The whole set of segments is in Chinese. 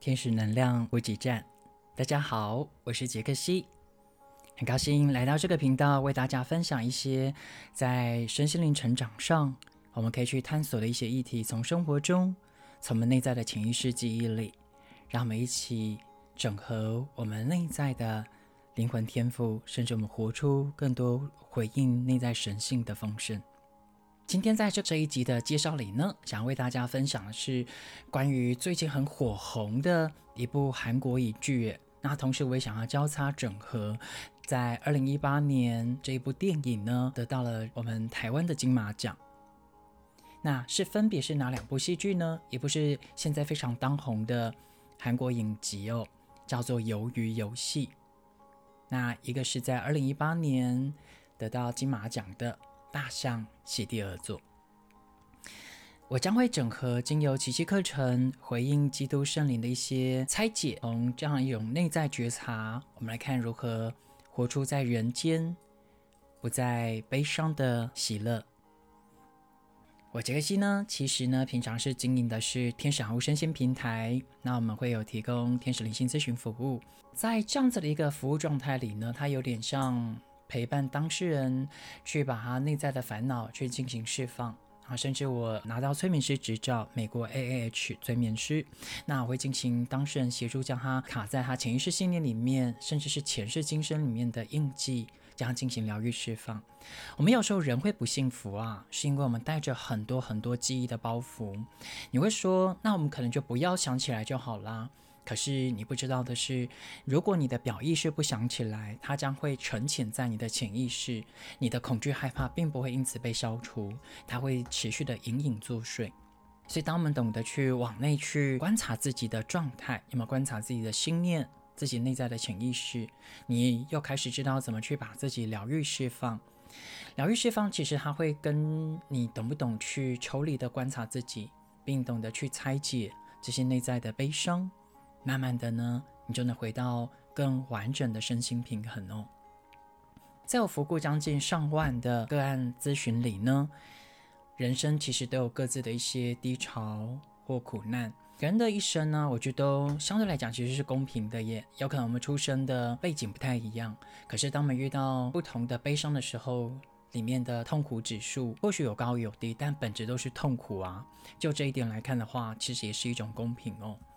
天使能量补给站。大家好，我是杰克西，很高兴来到这个频道，为大家分享一些在身心灵成长上我们可以去探索的一些议题，从生活中，从我们内在的潜意识记忆里，让我们一起整合我们内在的灵魂天赋，甚至我们活出更多回应内在神性的丰盛。今天在这一集的介绍里呢，想为大家分享的是关于最近很火红的一部韩国影剧，那同时我也想要交叉整合，在2018年这一部电影呢，得到了我们台湾的金马奖。那分别是哪两部戏剧呢？一部是现在非常当红的韩国影集叫做《鱿鱼游戏》。那一个是在2018年得到金马奖的大象席地而坐。我将会整合经由奇迹课程回应基督圣灵的一些拆解，从这样一种内在觉察，我们来看如何活出在人间不再悲伤的喜乐。我杰克西呢，其实呢平常是经营的是天使好物身心平台，那我们会有提供天使灵性咨询服务。在这样子的一个服务状态里呢，它有点像陪伴当事人去把他内在的烦恼去进行释放甚至我拿到催眠师执照，美国 AAH 催眠师，那我会进行当事人协助将他卡在他潜意识信念里面，甚至是前世今生里面的印记，将它进行疗愈释放。我们有时候人会不幸福是因为我们带着很多很多记忆的包袱。你会说，那我们可能就不要想起来就好啦。可是你不知道的是，如果你的表意识不想起来，它将会沉潜在你的潜意识，你的恐惧害怕并不会因此被消除，它会持续的隐隐作祟。所以当我们懂得去往内去观察自己的状态，有没有观察自己的心念，自己内在的潜意识，你又开始知道怎么去把自己疗愈释放。疗愈释放其实它会跟你懂不懂去抽离的观察自己，并懂得去拆解这些内在的悲伤，慢慢的呢，你就能回到更完整的身心平衡在我服过将近上万的个案咨询里呢，人生其实都有各自的一些低潮或苦难。人的一生呢，我觉得都相对来讲其实是公平的耶。有可能我们出生的背景不太一样，可是当我们遇到不同的悲伤的时候，里面的痛苦指数或许有高有低，但本质都是痛苦就这一点来看的话，其实也是一种公平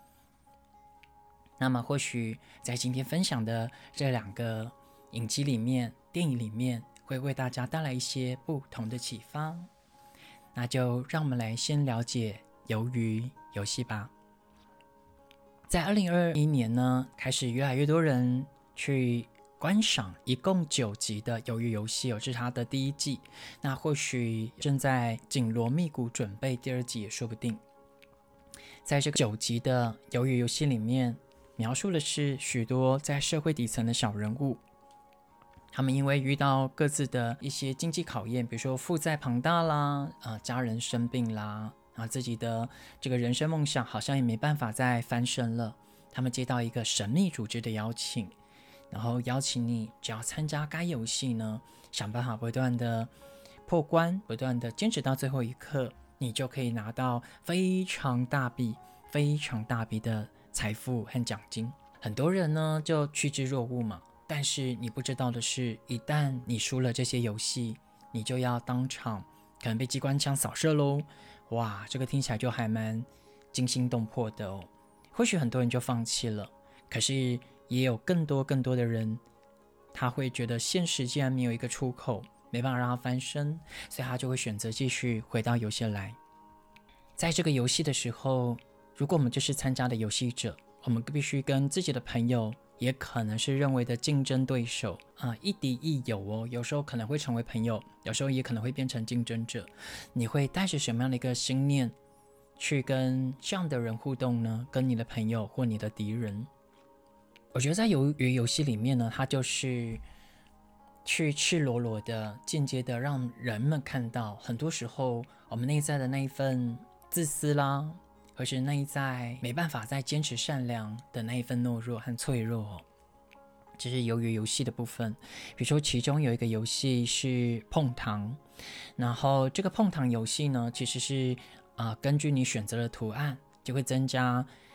那么或许在今天分享的这两个影集里面、电影里面，会为大家带来一些不同的启发。那就让我们来先了解鱿鱼游戏吧。在2021年呢，开始越来越多人去观赏一共9集的鱿鱼游戏这是它的第一季。那或许正在紧锣密鼓准备第二季也说不定。在这个9集的鱿鱼游戏里面，描述的是许多在社会底层的小人物，他们因为遇到各自的一些经济考验，比如说负债庞大啦，家人生病啦，自己的这个人生梦想好像也没办法再翻身了。他们接到一个神秘组织的邀请，然后邀请你只要参加该游戏呢，想办法不断的破关，不断的坚持到最后一刻，你就可以拿到非常大笔的财富和奖金。很多人呢就趋之若鹜嘛，但是你不知道的是，一旦你输了这些游戏，你就要当场可能被机关枪扫射咯。哇，这个听起来就还蛮惊心动魄的或许很多人就放弃了，可是也有更多的人，他会觉得现实既然没有一个出口，没办法让他翻身，所以他就会选择继续回到游戏来。在这个游戏的时候，如果我们就是参加的游戏者，我们必须跟自己的朋友，也可能是认为的竞争对手亦敌亦友有时候可能会成为朋友，有时候也可能会变成竞争者。你会带着什么样的一个心念去跟这样的人互动呢？跟你的朋友或你的敌人。我觉得在鱿鱼游戏里面呢，它就是去赤裸裸的间接的让人们看到，很多时候我们内在的那一份自私啦，或是内在没办法再坚持善良的那一份懦弱和脆弱这是鱿鱼游戏的部分。比如说其中有一个游戏是碰糖，然后这个碰糖游戏呢，其实是根据你选择的图案，就会增加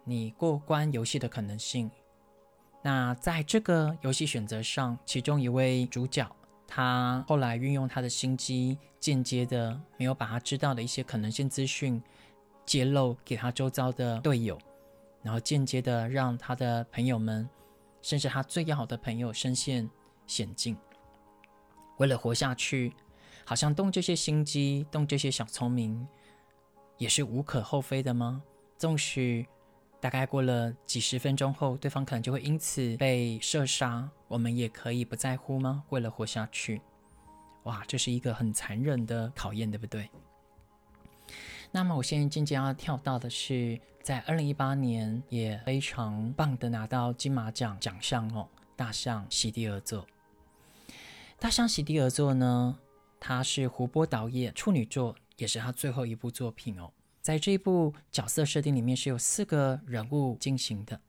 你过关游戏的可能性。那在这个游戏选择上，其中一位主角他后来运用他的心机，间接的没有把他知道的一些可能性资讯揭露给他周遭的队友，然后间接的让他的朋友们，甚至他最要好的朋友身陷险境。为了活下去，好像动这些心机，动这些小聪明也是无可厚非的吗？纵使大概过了几十分钟后，对方可能就会因此被射杀，我们也可以不在乎吗？为了活下去，哇，这是一个很残忍的考验，对不对？那么我现在渐渐要跳到的是，在2018年也非常棒的拿到金马奖奖项哦，大象席地而坐。大象席地而坐呢，他是胡波导演处女作，也是他最后一部作品哦。在这一部角色设定里面是有4个人物进行的，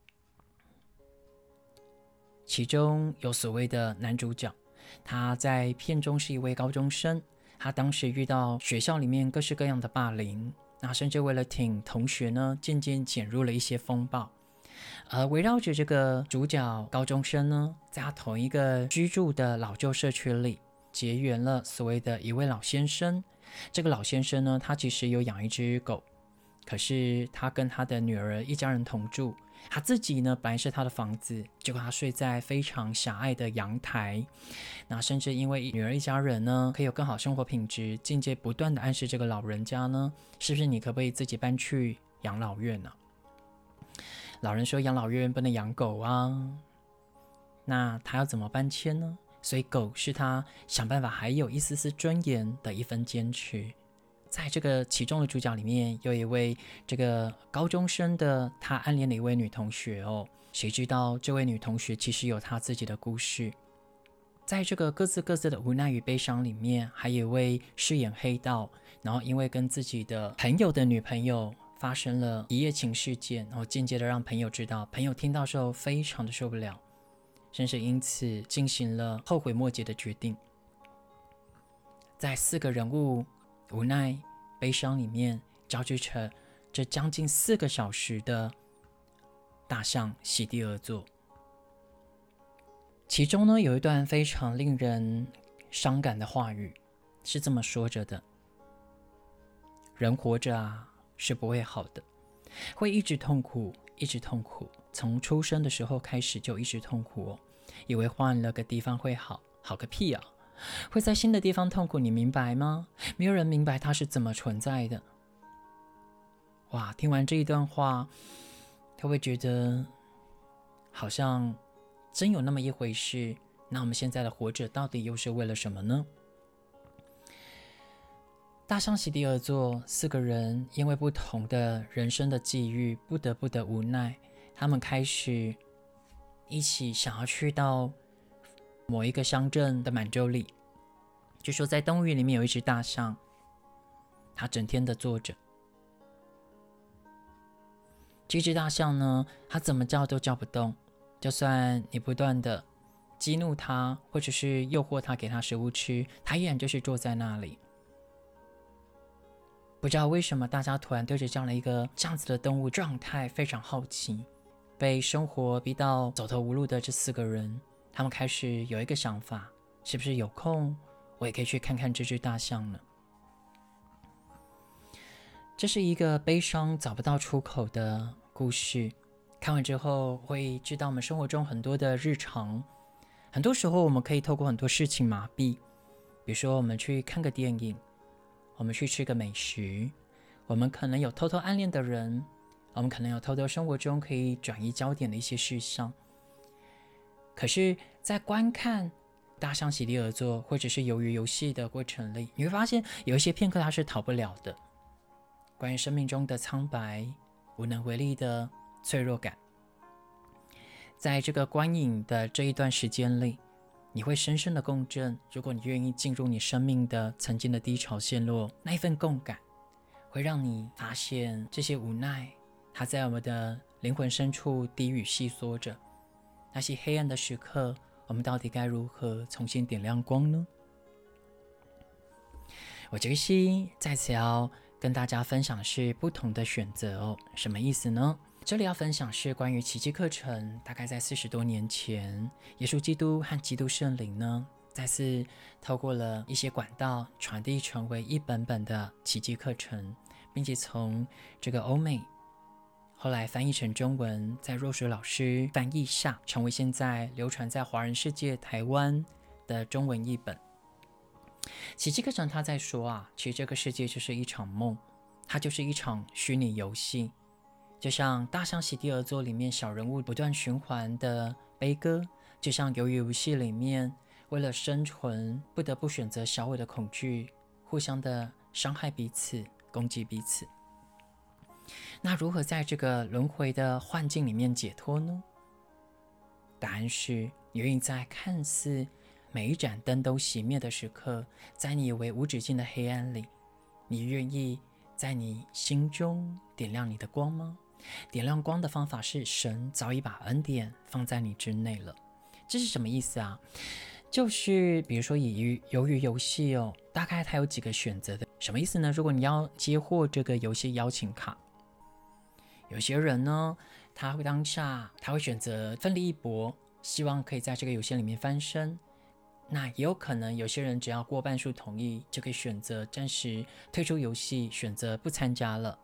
其中有所谓的男主角，他在片中是一位高中生，他当时遇到学校里面各式各样的霸凌，那甚至为了挺同学呢，渐渐卷入了一些风暴。而围绕着这个主角高中生呢，在他同一个居住的老旧社区里，结缘了所谓的一位老先生。这个老先生呢，他其实有养一只狗，可是他跟他的女儿一家人同住，他自己呢本来是他的房子，结果他睡在非常狭隘的阳台。那甚至因为女儿一家人呢可以有更好生活品质，间接不断的暗示这个老人家呢，是不是你可不可以自己搬去养老院呢？老人说养老院不能养狗啊，那他要怎么搬迁呢？所以狗是他想办法还有一丝丝尊严的一份坚持。在这个其中的主角里面，有一位这个高中生的他暗恋的一位女同学哦，谁知道这位女同学其实有她自己的故事。在这个各自的无奈与悲伤里面，还有一位饰演黑道，然后因为跟自己的朋友的女朋友发生了一夜情事件，然后间接的让朋友知道，朋友听到之后非常的受不了，甚至因此进行了后悔莫及的决定。在4个人物无奈悲伤里面，交织着这将近4个小时的大象席地而坐。其中呢，有一段非常令人伤感的话语，是这么说着的：人活着啊，是不会好的，会一直痛苦，一直痛苦，从出生的时候开始就一直痛苦哦，以为换了个地方会好，好个屁啊！会在新的地方痛苦，你明白吗？没有人明白它是怎么存在的。哇，听完这一段话，他会觉得好像真有那么一回事。那我们现在的活着到底又是为了什么呢？大象席地而坐，4个人因为不同的人生的际遇，不得不的无奈，他们开始一起想要去到某一个乡镇的满洲里。据说在动物园里面有一只大象，它整天的坐着。这只大象呢，它怎么叫都叫不动，就算你不断的激怒它，或者是诱惑它给它食物吃，它依然就是坐在那里。不知道为什么大家突然对着这样子的动物状态非常好奇。被生活逼到走投无路的这4个人，他们开始有一个想法，是不是有空我也可以去看看这只大象呢？这是一个悲伤找不到出口的故事，看完之后会知道我们生活中很多的日常，很多时候我们可以透过很多事情麻痹，比如说我们去看个电影，我们去吃个美食，我们可能有偷偷暗恋的人，我们可能有偷偷生活中可以转移焦点的一些事项。可是在观看大象席地而坐或者是鱿鱼游戏的过程里，你会发现有一些片刻它是逃不了的，关于生命中的苍白、无能为力的脆弱感。在这个观影的这一段时间里，你会深深的共振，如果你愿意进入你生命的曾经的低潮陷落，那一份共感会让你发现这些无奈，它在我们的灵魂深处低语细说着。那些黑暗的时刻，我们到底该如何重新点亮光呢？我这个期在此要跟大家分享的是不同的选择哦。什么意思呢？ 这里要分享是关于奇迹课程，大概在40多年前，耶稣基督和基督圣灵呢，再次透过了一些管道传递成为一本本的奇迹课程，并且从这个欧美后来翻译成中文，在若水老师翻译下，成为现在流传在华人世界台湾的中文译本。奇迹课程他在说其实这个世界就是一场梦，它就是一场虚拟游戏，就像大象席地而坐里面小人物不断循环的悲歌，就像鱿鱼游戏里面为了生存不得不选择小我的恐惧，互相的伤害彼此，攻击彼此。那如何在这个轮回的幻境里面解脱呢？答案是你愿意在看似每一盏灯都熄灭的时刻，在你以为无止境的黑暗里，你愿意在你心中点亮你的光吗？点亮光的方法是神早已把恩典放在你之内了。这是什么意思啊？就是比如说以鱿鱼游戏大概它有几个选择的。什么意思呢？如果你要接获这个游戏邀请卡，有些人呢，他会当下他会选择奋力一搏，希望可以在这个游戏里面翻身。那也有可能有些人只要过半数同意，就可以选择暂时退出游戏，选择不参加了。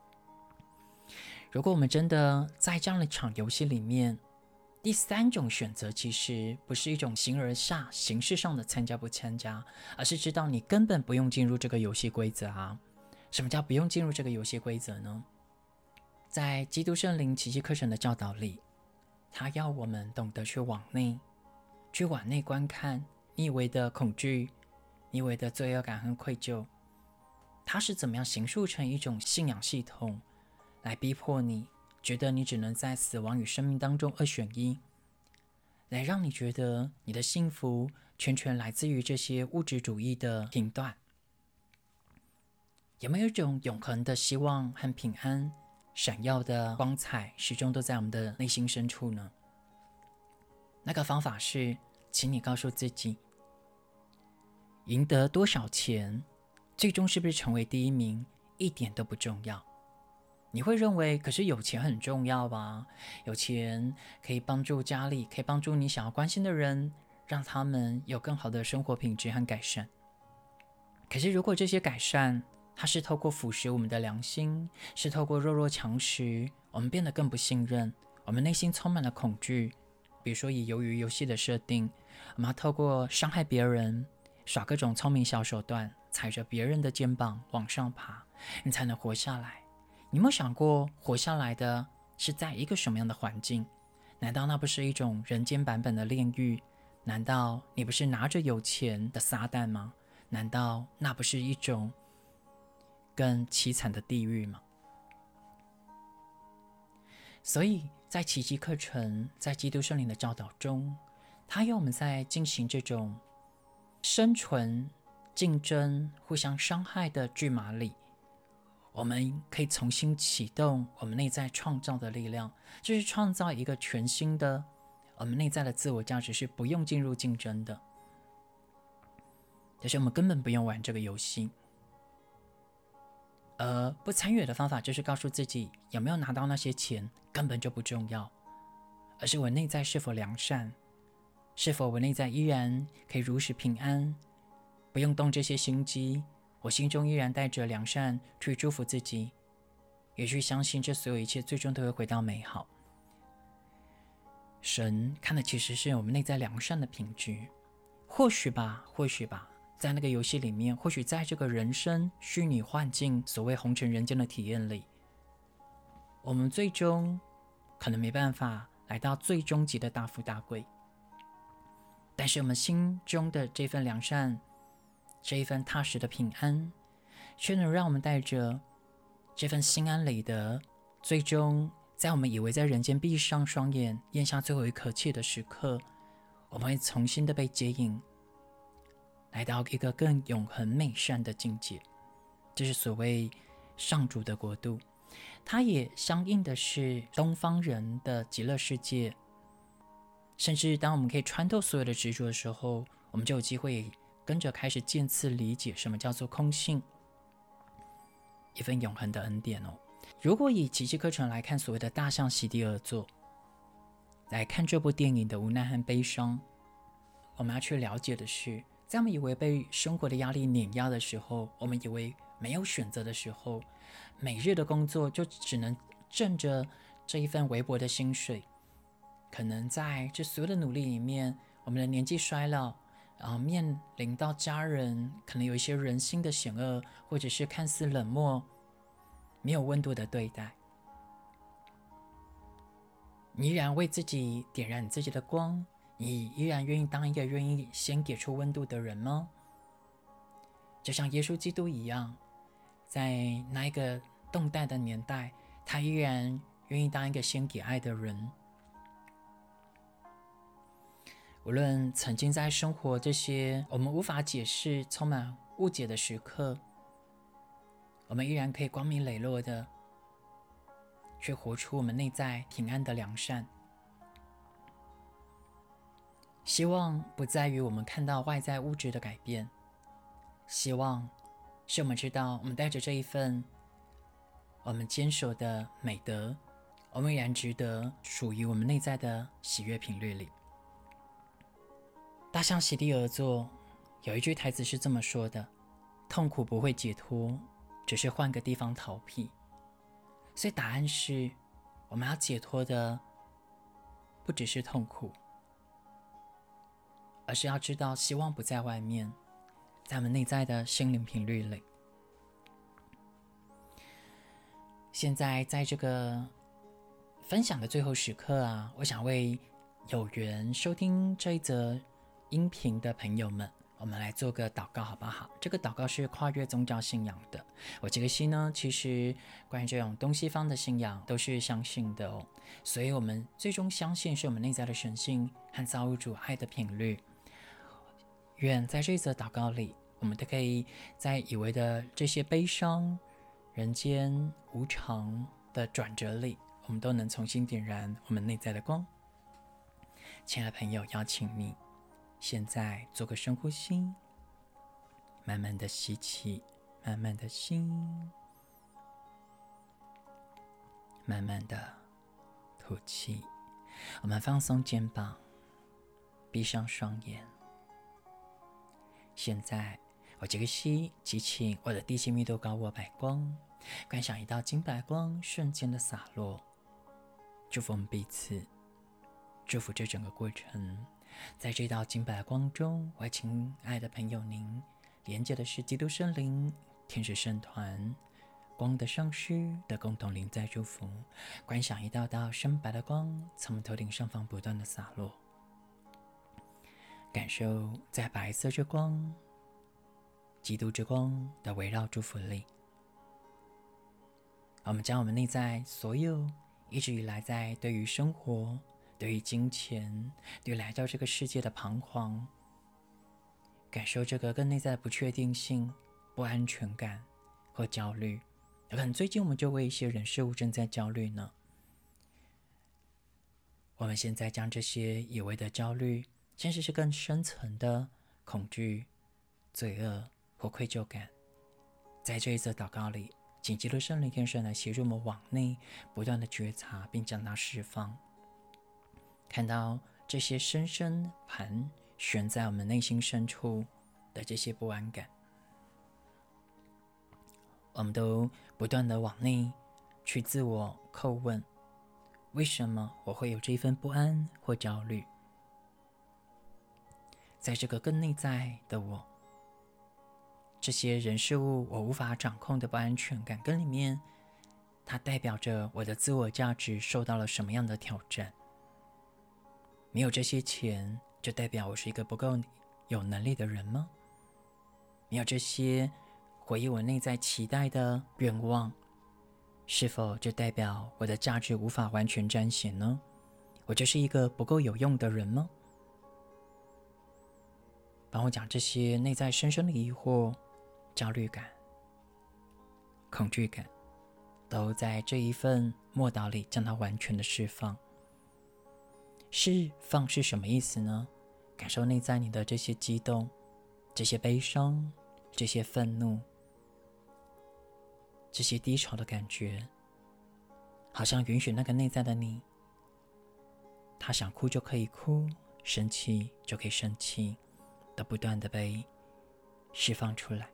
如果我们真的在这样的一场游戏里面，第三种选择其实不是一种形而下形式上的参加不参加，而是知道你根本不用进入这个游戏规则啊。什么叫不用进入这个游戏规则呢？在基督圣灵奇迹课程的教导里，他要我们懂得去往内观看你以为的恐惧，你以为的罪恶感和愧疚，它是怎么样形塑成一种信仰系统，来逼迫你觉得你只能在死亡与生命当中二选一，来让你觉得你的幸福全来自于这些物质主义的评断。有没有一种永恒的希望和平安，闪耀的光彩始终都在我们的内心深处呢？那个方法是，请你告诉自己，赢得多少钱，最终是不是成为第一名，一点都不重要。你会认为，可是有钱很重要吧？有钱可以帮助家里，可以帮助你想要关心的人，让他们有更好的生活品质和改善。可是如果这些改善，它是透过腐蚀我们的良心，是透过弱强食，我们变得更不信任，我们内心充满了恐惧。比如说以鱿鱼游戏的设定，我们要透过伤害别人，耍各种聪明小手段，踩着别人的肩膀往上爬，你才能活下来。你有没有想过，活下来的是在一个什么样的环境？难道那不是一种人间版本的炼狱？难道你不是拿着有钱的撒旦吗？难道那不是一种更凄惨的地狱吗？所以在奇迹课程，在基督圣灵的教导中，他要我们在进行这种生存、竞争、互相伤害的剧码里，我们可以重新启动我们内在创造的力量，就是创造一个全新的我们内在的自我价值，是不用进入竞争的，就是我们根本不用玩这个游戏。而不参与的方法就是告诉自己，有没有拿到那些钱根本就不重要，而是我内在是否良善，是否我内在依然可以如实平安，不用动这些心机，我心中依然带着良善去祝福自己，也去相信这所有一切最终都会回到美好。神看的其实是我们内在良善的品质。或许吧，在那个游戏里面，或许在这个人生虚拟幻境所谓红尘人间的体验里，我们最终可能没办法来到最终极的大富大贵，但是我们心中的这份良善，这一份踏实的平安，却能让我们带着这份心安理得，最终在我们以为在人间闭上双眼咽下最后一口气的时刻，我们会重新的被接引来到一个更永恒美善的境界。这是所谓上主的国度，它也相应的是东方人的极乐世界。甚至当我们可以穿透所有的执着的时候，我们就有机会跟着开始渐次理解什么叫做空性，一份永恒的恩典。 如果以奇迹课程来看所谓的大象席地而坐，来看这部电影的无奈和悲伤，我们要去了解的是，在我们以为被生活的压力碾压的时候，我们以为没有选择的时候，每日的工作就只能挣着这一份微薄的薪水，可能在这所有的努力里面，我们的年纪衰老，然后面临到家人可能有一些人心的险恶，或者是看似冷漠、没有温度的对待。你依然为自己点燃你自己的光，你依然愿意当一个愿意先给出温度的人吗？就像耶稣基督一样，在那一个动荡的年代，他依然愿意当一个先给爱的人。无论曾经在生活这些我们无法解释、充满误解的时刻，我们依然可以光明磊落的去活出我们内在平安的良善。希望不在于我们看到外在物质的改变，希望是我们知道我们带着这一份我们坚守的美德，我们依然值得属于我们内在的喜悦频率里。大象席地而坐，有一句台词是这么说的：痛苦不会解脱，只是换个地方逃避。所以答案是，我们要解脱的不只是痛苦，而是要知道希望不在外面，在我们内在的心灵频率里。现在在这个分享的最后时刻啊，我想为有缘收听这一则音频的朋友们，我们来做个祷告好不好？这个祷告是跨越宗教信仰的。我这个心呢，其实关于这种东西方的信仰都是相信的哦，所以我们最终相信是我们内在的神性和造物主爱的频率。愿在这一则祷告里，我们都可以在以为的这些悲伤、人间无常的转折里，我们都能重新点燃我们内在的光。亲爱的朋友，邀请你现在做个深呼吸，慢慢的吸气，慢慢的吸，慢慢的吐气。我们放松肩膀，闭上双眼。现在我这个吸激起我的地心密度高我白光，观想一道金白光瞬间的洒落，祝福我们彼此，祝福这整个过程。在这道金白光中，我亲爱的朋友您连接的是基督圣灵、天使圣团、光的上师的共同临在祝福。观想一道道深白的光从我们头顶上方不断的洒落，感受在白色之光、基督之光的围绕祝福里，我们将我们内在所有一直以来在对于生活、对于金钱、对于来到这个世界的彷徨，感受这个更内在的不确定性、不安全感或焦虑。可能最近我们就为一些人事物正在焦虑呢。我们现在将这些以为的焦虑，甚至是更深层的恐惧、罪恶或愧疚感，在这一则祷告里，请基督圣灵天使来协助我们往内不断的觉察，并将它释放。看到这些深深盘旋在我们内心深处的这些不安感，我们都不断的往内去自我叩问，为什么我会有这一份不安或焦虑？在这个更内在的我，这些人事物我无法掌控的不安全感跟里面，它代表着我的自我价值受到了什么样的挑战？没有这些钱，就代表我是一个不够有能力的人吗？没有这些回应我内在期待的愿望，是否就代表我的价值无法完全彰显呢？我就是一个不够有用的人吗？帮我讲这些内在深深的疑惑、焦虑感、恐惧感，都在这一份默祷里将它完全的释放。释放是什么意思呢？感受内在你的这些激动、这些悲伤、这些愤怒、这些低潮的感觉， 好像允许那个内在的你，他想哭就可以哭，生气就可以生气，都不断的被释放出来。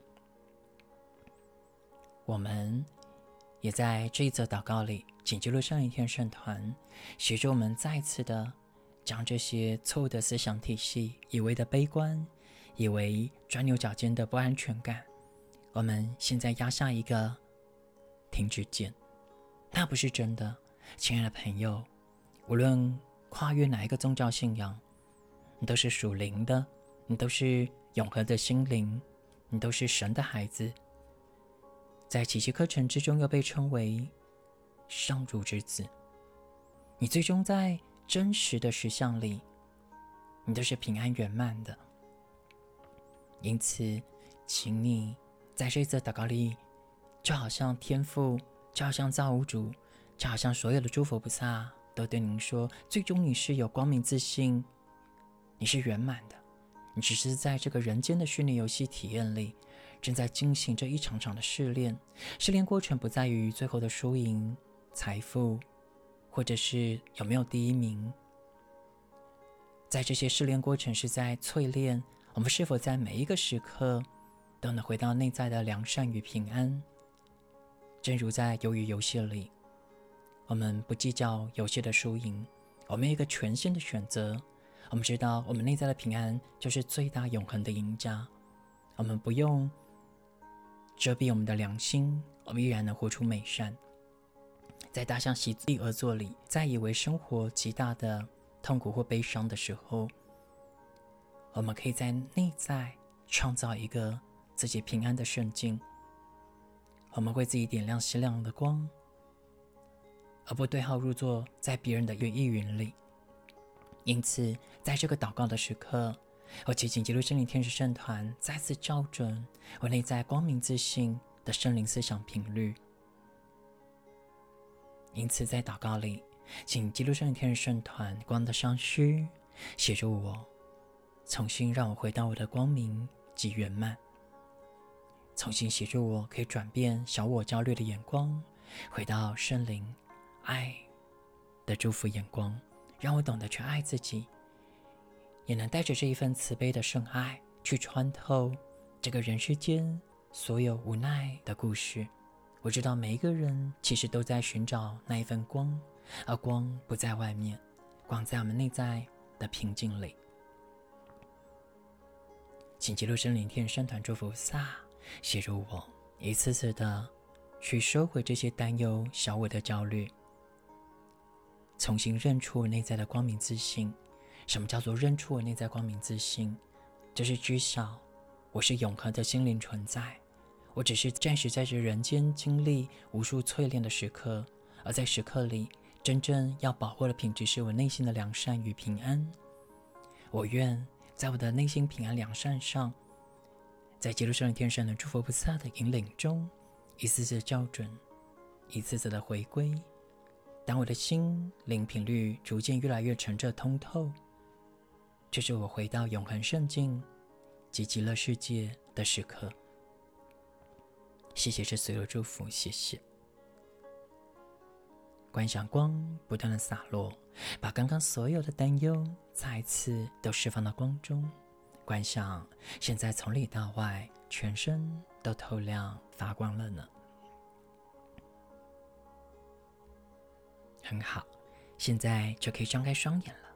我们也在这一则祷告里，请记录圣灵天圣团协助我们再一次的将这些错误的思想体系，以为的悲观，以为钻牛角尖的不安全感，我们现在压下一个停止键。那不是真的。亲爱的朋友，无论跨越哪一个宗教信仰，你都是属灵的，你都是永恒的心灵，你都是神的孩子，在奇迹课程之中又被称为上主之子。你最终在真实的实相里，你都是平安圆满的。因此请你在这次祷告里，就好像天父，就好像造物主，就好像所有的诸佛菩萨都对您说，最终你是有光明自信，你是圆满的。你只是在这个人间的虚拟游戏体验里，正在进行着一场场的试炼。试炼过程不在于最后的输赢、财富，或者是有没有第一名。在这些试炼过程是在淬炼我们是否在每一个时刻都能回到内在的良善与平安。正如在鱿鱼游戏里，我们不计较游戏的输赢，我们有一个全新的选择。我们知道我们内在的平安就是最大永恒的赢家。我们不用遮蔽我们的良心，我们依然能活出美善。在大象席地而坐里，在以为生活极大的痛苦或悲伤的时候，我们可以在内在创造一个自己平安的圣境。我们为自己点亮希亮的光，而不对号入座在别人的意云里。因此在这个祷告的时刻，我祈请基督圣灵天使圣团再次校准我内在光明自信的圣灵思想频率。因此在祷告里，请基督圣灵天使圣团光的上师协助我，重新让我回到我的光明及圆满，重新协助我可以转变小我焦虑的眼光，回到圣灵爱的祝福眼光，让我懂得去爱自己，也能带着这一份慈悲的圣爱去穿透这个人世间所有无奈的故事。我知道每一个人其实都在寻找那一份光，而光不在外面，光在我们内在的平静里。请记录圣灵天圣团祝福萨协助我一次次的去收回这些担忧小我的焦虑，重新认出我内在的光明自信。什么叫做认出我内在光明自信？就是知晓我是永恒的心灵存在，我只是暂时在这人间经历无数淬炼的时刻，而在时刻里真正要保护的品质是我内心的良善与平安。我愿在我的内心平安良善上，在基督圣灵天圣的诸佛菩萨的引领中，一次次校准，一次次的回归。当我的心灵频率逐渐越来越澄澈通透，就是我回到永恒圣境及极乐世界的时刻。谢谢这所有的祝福，谢谢。观想光不断的洒落，把刚刚所有的担忧再一次都释放到光中。观想现在从里到外全身都透亮发光了呢。很好，现在就可以张开双眼了。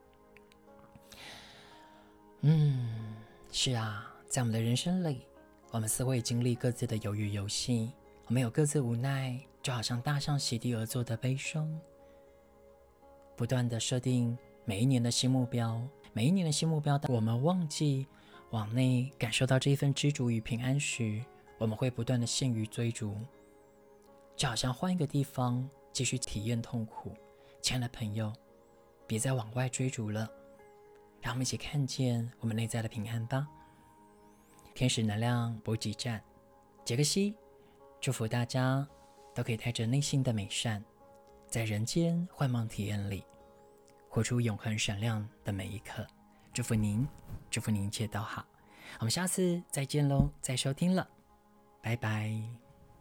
是啊，在我们的人生里，我们似乎也经历各自的鱿鱼游戏，我们有各自无奈，就好像大象席地而坐的悲伤，不断的设定每一年的新目标，每一年的新目标，当我们忘记往内感受到这一份知足与平安时，我们会不断的陷于追逐，就好像换一个地方继续体验痛苦。亲爱的朋友，别再往外追逐了，让我们一起看见我们内在的平安吧。天使能量补给站，杰克西祝福大家都可以带着内心的美善，在人间幻梦体验里活出永恒闪亮的每一刻。祝福您，祝福您一切都好。我们下次再见喽，再收听了，拜拜。